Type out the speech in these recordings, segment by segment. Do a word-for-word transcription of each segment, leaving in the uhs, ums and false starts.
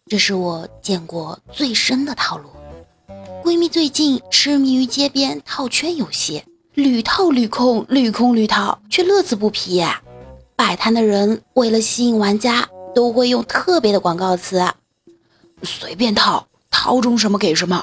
这是我见过最深的套路。闺蜜最近痴迷于街边套圈游戏，屡套屡空，屡空屡套，却乐此不疲。摆摊的人为了吸引玩家，都会用特别的广告词，随便套，套中什么给什么。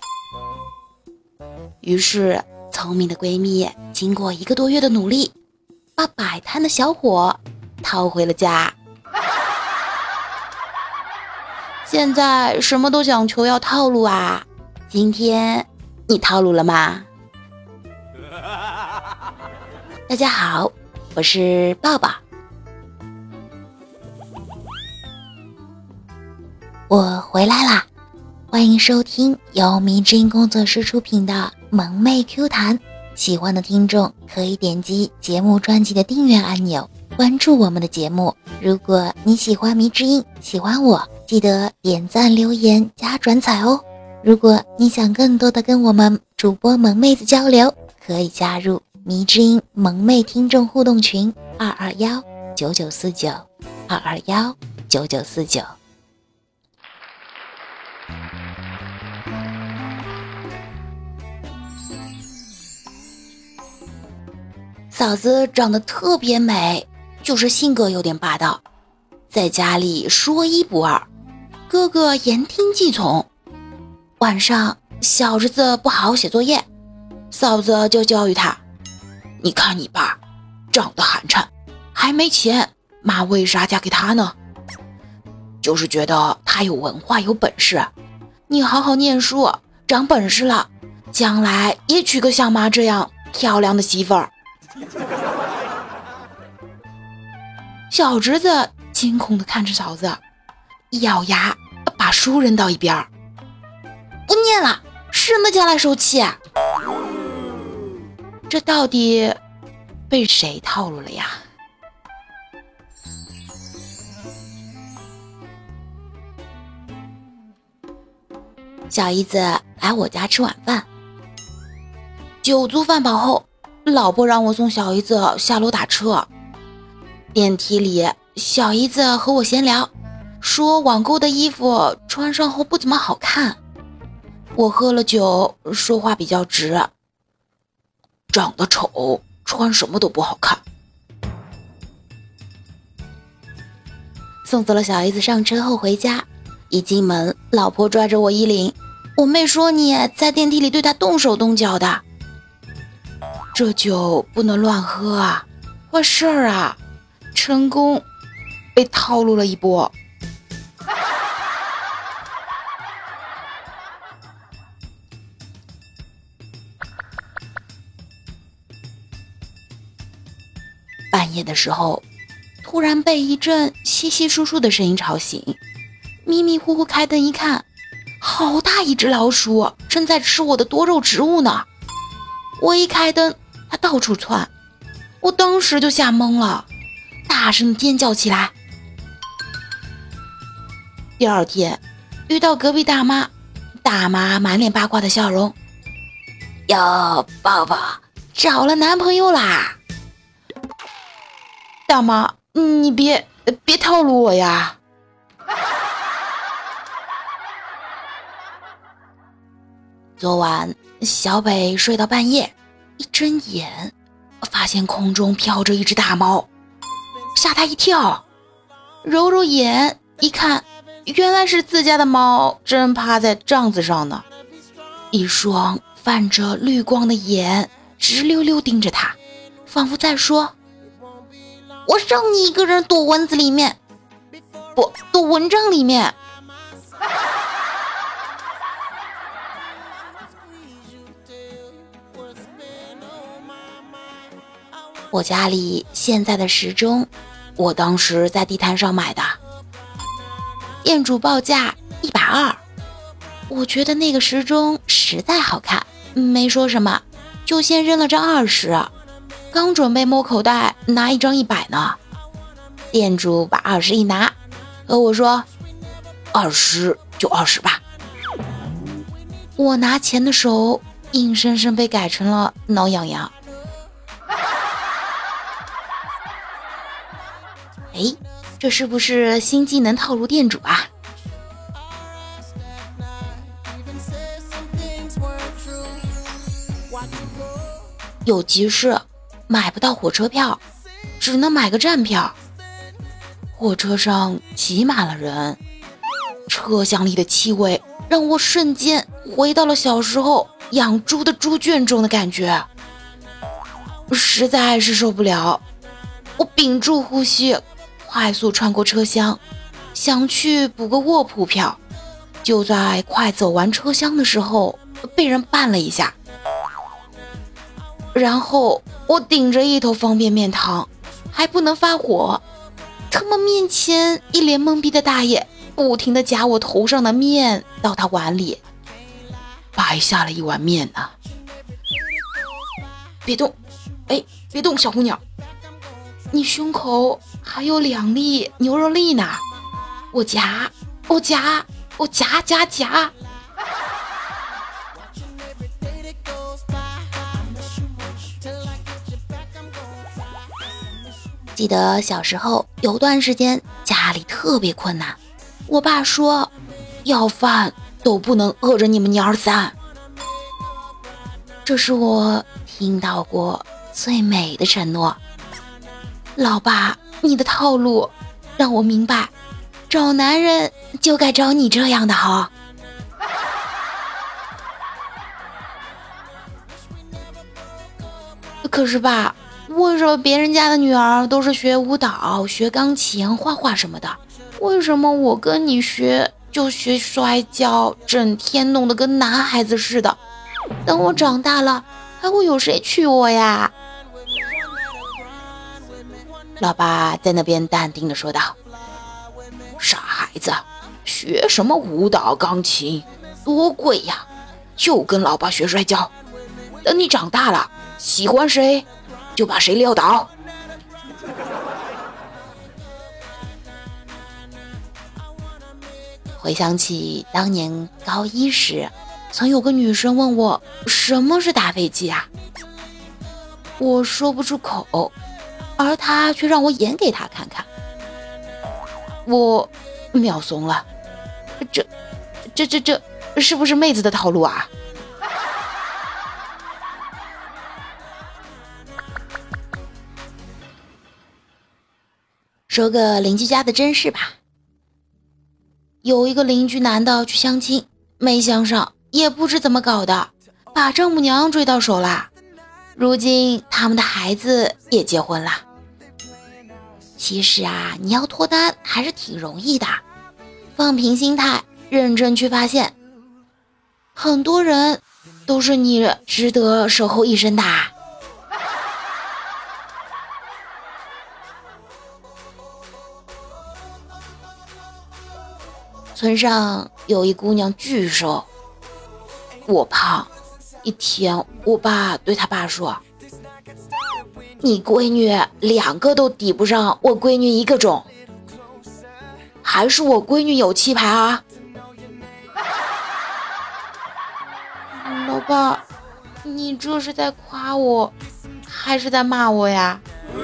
于是聪明的闺蜜经过一个多月的努力，把摆摊的小伙套回了家。现在什么都讲求要套路啊，今天你套路了吗？大家好，我是抱抱。我回来啦，欢迎收听由迷之音工作室出品的萌妹 Q 弹。喜欢的听众可以点击节目专辑的订阅按钮，关注我们的节目。如果你喜欢迷之音，喜欢我，记得点赞留言加转采哦。如果你想更多的跟我们主播萌妹子交流，可以加入迷之音萌妹听众互动群二二幺九九四九二二幺九九四九。嫂子长得特别美，就是性格有点霸道，在家里说一不二，哥哥言听计从。晚上小日子不好好写作业，嫂子就教育他，你看你爸长得寒碜，还没钱，妈为啥嫁给他呢？就是觉得他有文化有本事，你好好念书，长本事了，将来也娶个像妈这样漂亮的媳妇儿。小侄子惊恐地看着嫂子，一咬牙把书扔到一边，不念了，什么将来受气啊？这到底被谁套路了呀？小姨子来我家吃晚饭，酒足饭饱后，老婆让我送小姨子下楼打车。电梯里，小姨子和我闲聊，说网购的衣服穿上后不怎么好看。我喝了酒，说话比较直，长得丑，穿什么都不好看。送走了小姨子上车后回家，一进门，老婆抓着我衣领，我妹说你在电梯里对她动手动脚的。这酒不能乱喝啊，坏事儿啊，成功被套路了一波。半夜的时候，突然被一阵稀稀疏疏的声音吵醒，迷迷糊糊开灯一看，好大一只老鼠正在吃我的多肉植物呢。我一开灯，它到处窜，我当时就吓懵了，大声尖叫起来。第二天遇到隔壁大妈，大妈满脸八卦的笑容，哟，宝宝找了男朋友啦。大妈，你别别套路我呀。昨晚小北睡到半夜，一睁眼发现空中飘着一只大猫，吓他一跳，揉揉眼一看，原来是自家的猫正趴在帐子上呢，一双泛着绿光的眼直溜溜盯着他，仿佛在说，我让你一个人躲蚊子里面，不，躲蚊帐里面。我家里现在的时钟，我当时在地摊上买的，店主报价一百二，我觉得那个时钟实在好看，没说什么，就先扔了张二十，刚准备摸口袋拿一张一百呢，店主把二十一拿，和我说，二十就二十吧。我拿钱的手硬生生被改成了挠痒痒。哎，这是不是新技能套路店主啊？ 有急事买不到火车票，只能买个站票。火车上挤满了人，车厢里的气味让我瞬间回到了小时候养猪的猪圈中的感觉，实在是受不了。我屏住呼吸，快速穿过车厢，想去补个卧铺票。就在快走完车厢的时候，被人绊了一下，然后我顶着一头方便面汤，还不能发火。他们面前一脸懵逼的大爷不停地夹我头上的面到他碗里，白下了一碗面呢、啊。别动，哎，别动，小姑娘，你胸口还有两粒牛肉粒呢，我夹，我夹，我夹夹夹。记得小时候有段时间家里特别困难，我爸说要饭都不能饿着你们娘儿仨。这是我听到过最美的承诺。老爸，你的套路让我明白，找男人就该找你这样的好。可是爸，为什么别人家的女儿都是学舞蹈、学钢琴、画画什么的，为什么我跟你学就学摔跤，整天弄得跟男孩子似的？等我长大了，还会有谁娶我呀？老爸在那边淡定地说道：傻孩子，学什么舞蹈、钢琴，多贵呀，就跟老爸学摔跤。等你长大了，喜欢谁就把谁撂倒。回想起当年高一时，曾有个女生问我什么是打飞机啊，我说不出口，而她却让我演给她看看。我秒怂了，这这这这是不是妹子的套路啊？说个邻居家的真事吧。有一个邻居男的去相亲，没相上，也不知怎么搞的，把丈母娘追到手啦。如今他们的孩子也结婚了。其实啊，你要脱单还是挺容易的，放平心态，认真去发现，很多人都是你值得守候一生的。村上有一姑娘巨瘦，我胖。一天我爸对他爸说，你闺女两个都抵不上我闺女一个种，还是我闺女有气派啊。老爸，你这是在夸我还是在骂我呀？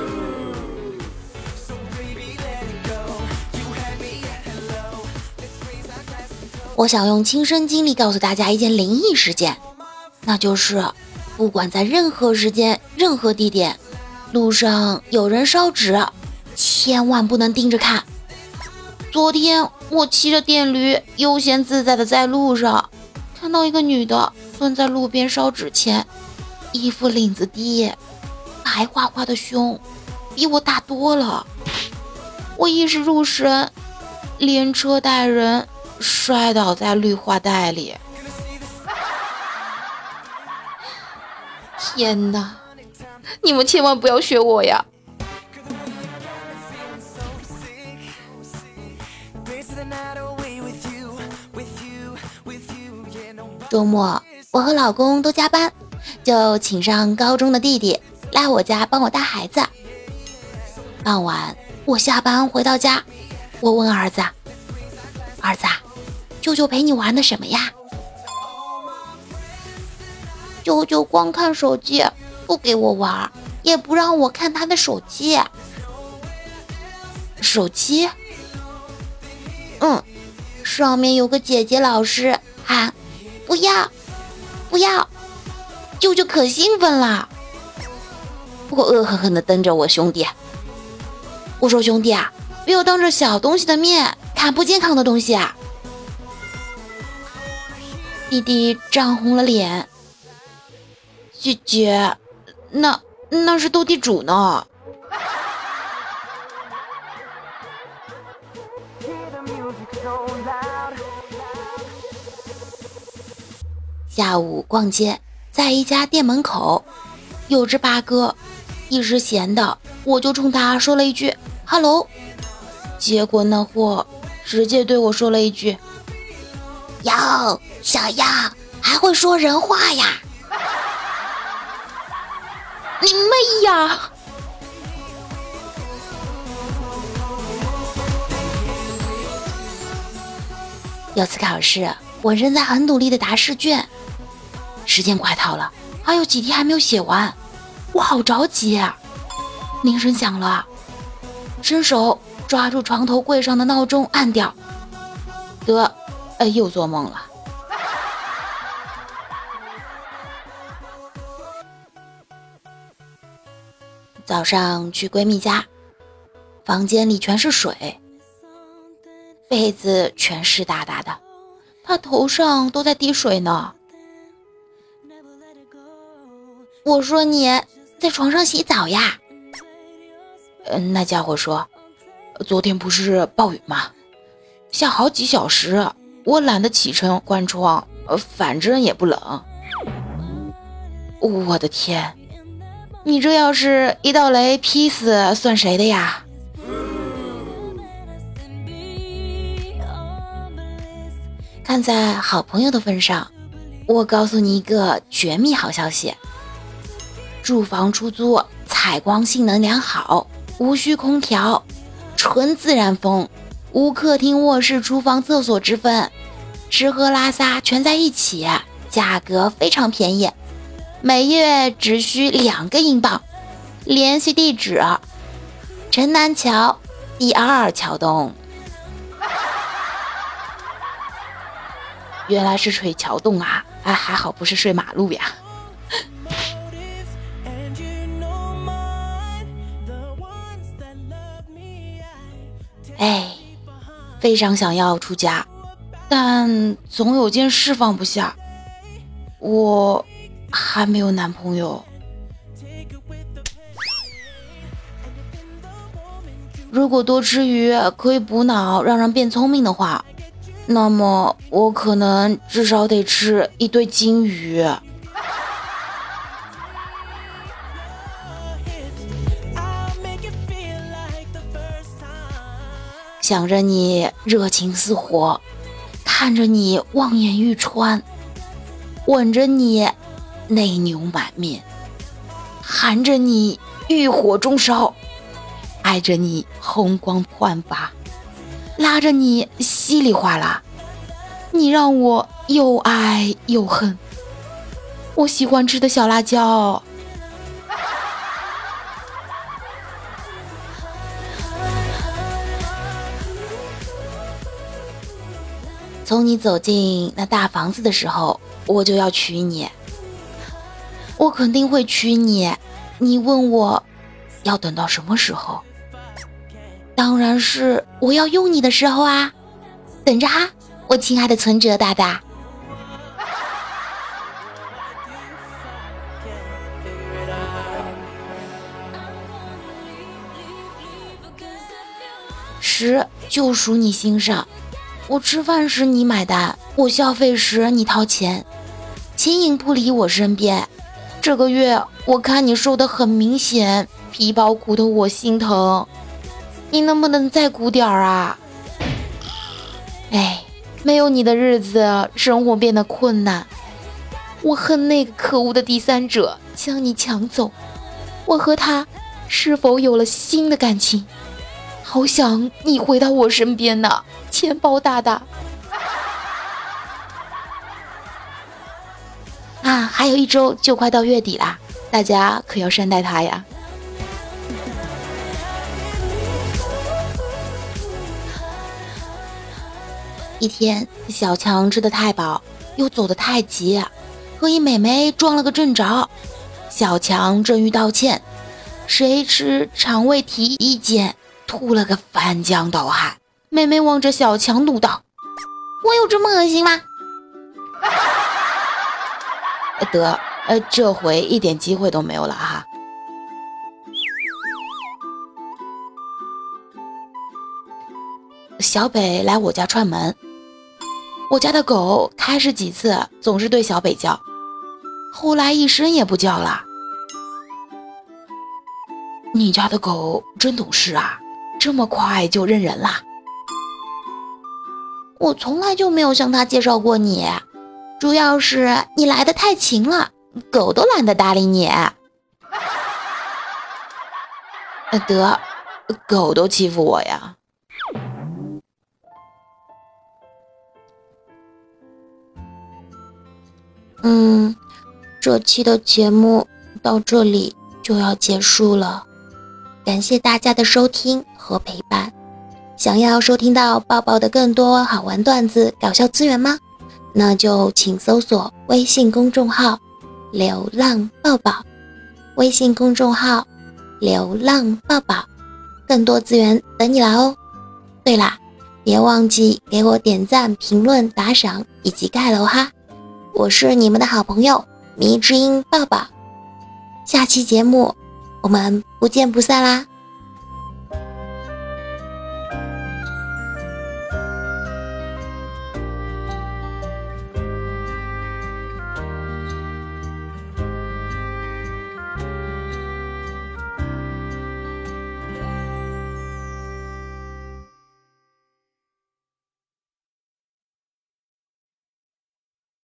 我想用亲身经历告诉大家一件灵异事件，那就是不管在任何时间任何地点，路上有人烧纸，千万不能盯着看。昨天我骑着电驴悠闲自在的在路上，看到一个女的蹲在路边烧纸钱，衣服领子低，白花花的胸比我大多了。我一时入神，连车带人摔倒在绿化带里。天哪，你们千万不要学我呀！周末我和老公都加班，就请上高中的弟弟来我家帮我带孩子。傍晚我下班回到家，我问儿子，儿子，舅舅陪你玩的什么呀？舅舅光看手机，不给我玩，也不让我看他的手机。手机？嗯，上面有个姐姐老师喊不要不要， 舅舅可兴奋了。我恶狠狠地瞪着我兄弟，我说兄弟啊，不要当着小东西的面看不健康的东西啊。弟弟涨红了脸，姐姐，那那是斗地主呢。下午逛街，在一家店门口，有只八哥，一时闲的，我就冲他说了一句 “hello”， 结果那货直接对我说了一句：“哟，小样，还会说人话呀？”你妹呀！有次考试，我正在很努力的答试卷，时间快到了，还有几题还没有写完，我好着急啊。铃声响了，伸手抓住床头柜上的闹钟按掉，得，哎，又做梦了。早上去闺蜜家，房间里全是水，被子全湿哒哒的，她头上都在滴水呢。我说你在床上洗澡呀？嗯，那家伙说，昨天不是暴雨吗？下好几小时，我懒得起身关窗，反正也不冷。我的天，你这要是一道雷劈死，算谁的呀？看在好朋友的份上，我告诉你一个绝密好消息：住房出租，采光性能良好，无需空调，纯自然风，无客厅、卧室、厨房、厕所之分，吃喝拉撒全在一起，价格非常便宜，每月只需两个英镑。联系地址：城南桥第二桥洞。原来是睡桥洞啊！哎，还好不是睡马路呀。哎，非常想要出家，但总有件事放不下，我还没有男朋友。如果多吃鱼可以补脑，让人变聪明的话，那么我可能至少得吃一堆金鱼。想着你热情似火，看着你望眼欲穿，吻着你内牛满面，含着你欲火中烧，爱着你红光焕发，拉着你稀里哗啦，你让我又爱又恨。我喜欢吃的小辣椒。从你走进那大房子的时候，我就要娶你，我肯定会娶你。你问我要等到什么时候？当然是我要用你的时候啊！等着哈，我亲爱的存折大大。十就属你心上，我吃饭时你买单，我消费时你掏钱，形影不离我身边。这个月我看你瘦得很明显，皮包骨头我心疼，你能不能再鼓点儿啊？哎，没有你的日子，生活变得困难。我恨那个可恶的第三者将你抢走，我和他是否有了新的感情？好想你回到我身边呢，钱包大大。啊，还有一周就快到月底啦，大家可要善待他呀。一天，小强吃得太饱，又走得太急， 和一美眉撞了个正着。小强正欲道歉，谁知肠胃提意见，吐了个翻江倒海。妹妹望着小强怒道：我有这么恶心吗？得，呃，这回一点机会都没有了哈。小北来我家串门，我家的狗开始几次总是对小北叫，后来一声也不叫了。你家的狗真懂事啊，这么快就认人啦。我从来就没有向他介绍过你，主要是你来得太勤了，狗都懒得搭理你。得，狗都欺负我呀。嗯，这期的节目到这里就要结束了，感谢大家的收听和陪伴。想要收听到抱抱的更多好玩段子、搞笑资源吗？那就请搜索微信公众号流浪抱抱，微信公众号流浪抱抱，更多资源等你来哦。对啦，别忘记给我点赞、评论、打赏以及盖楼哈。我是你们的好朋友迷之音抱抱，下期节目我们不见不散啦。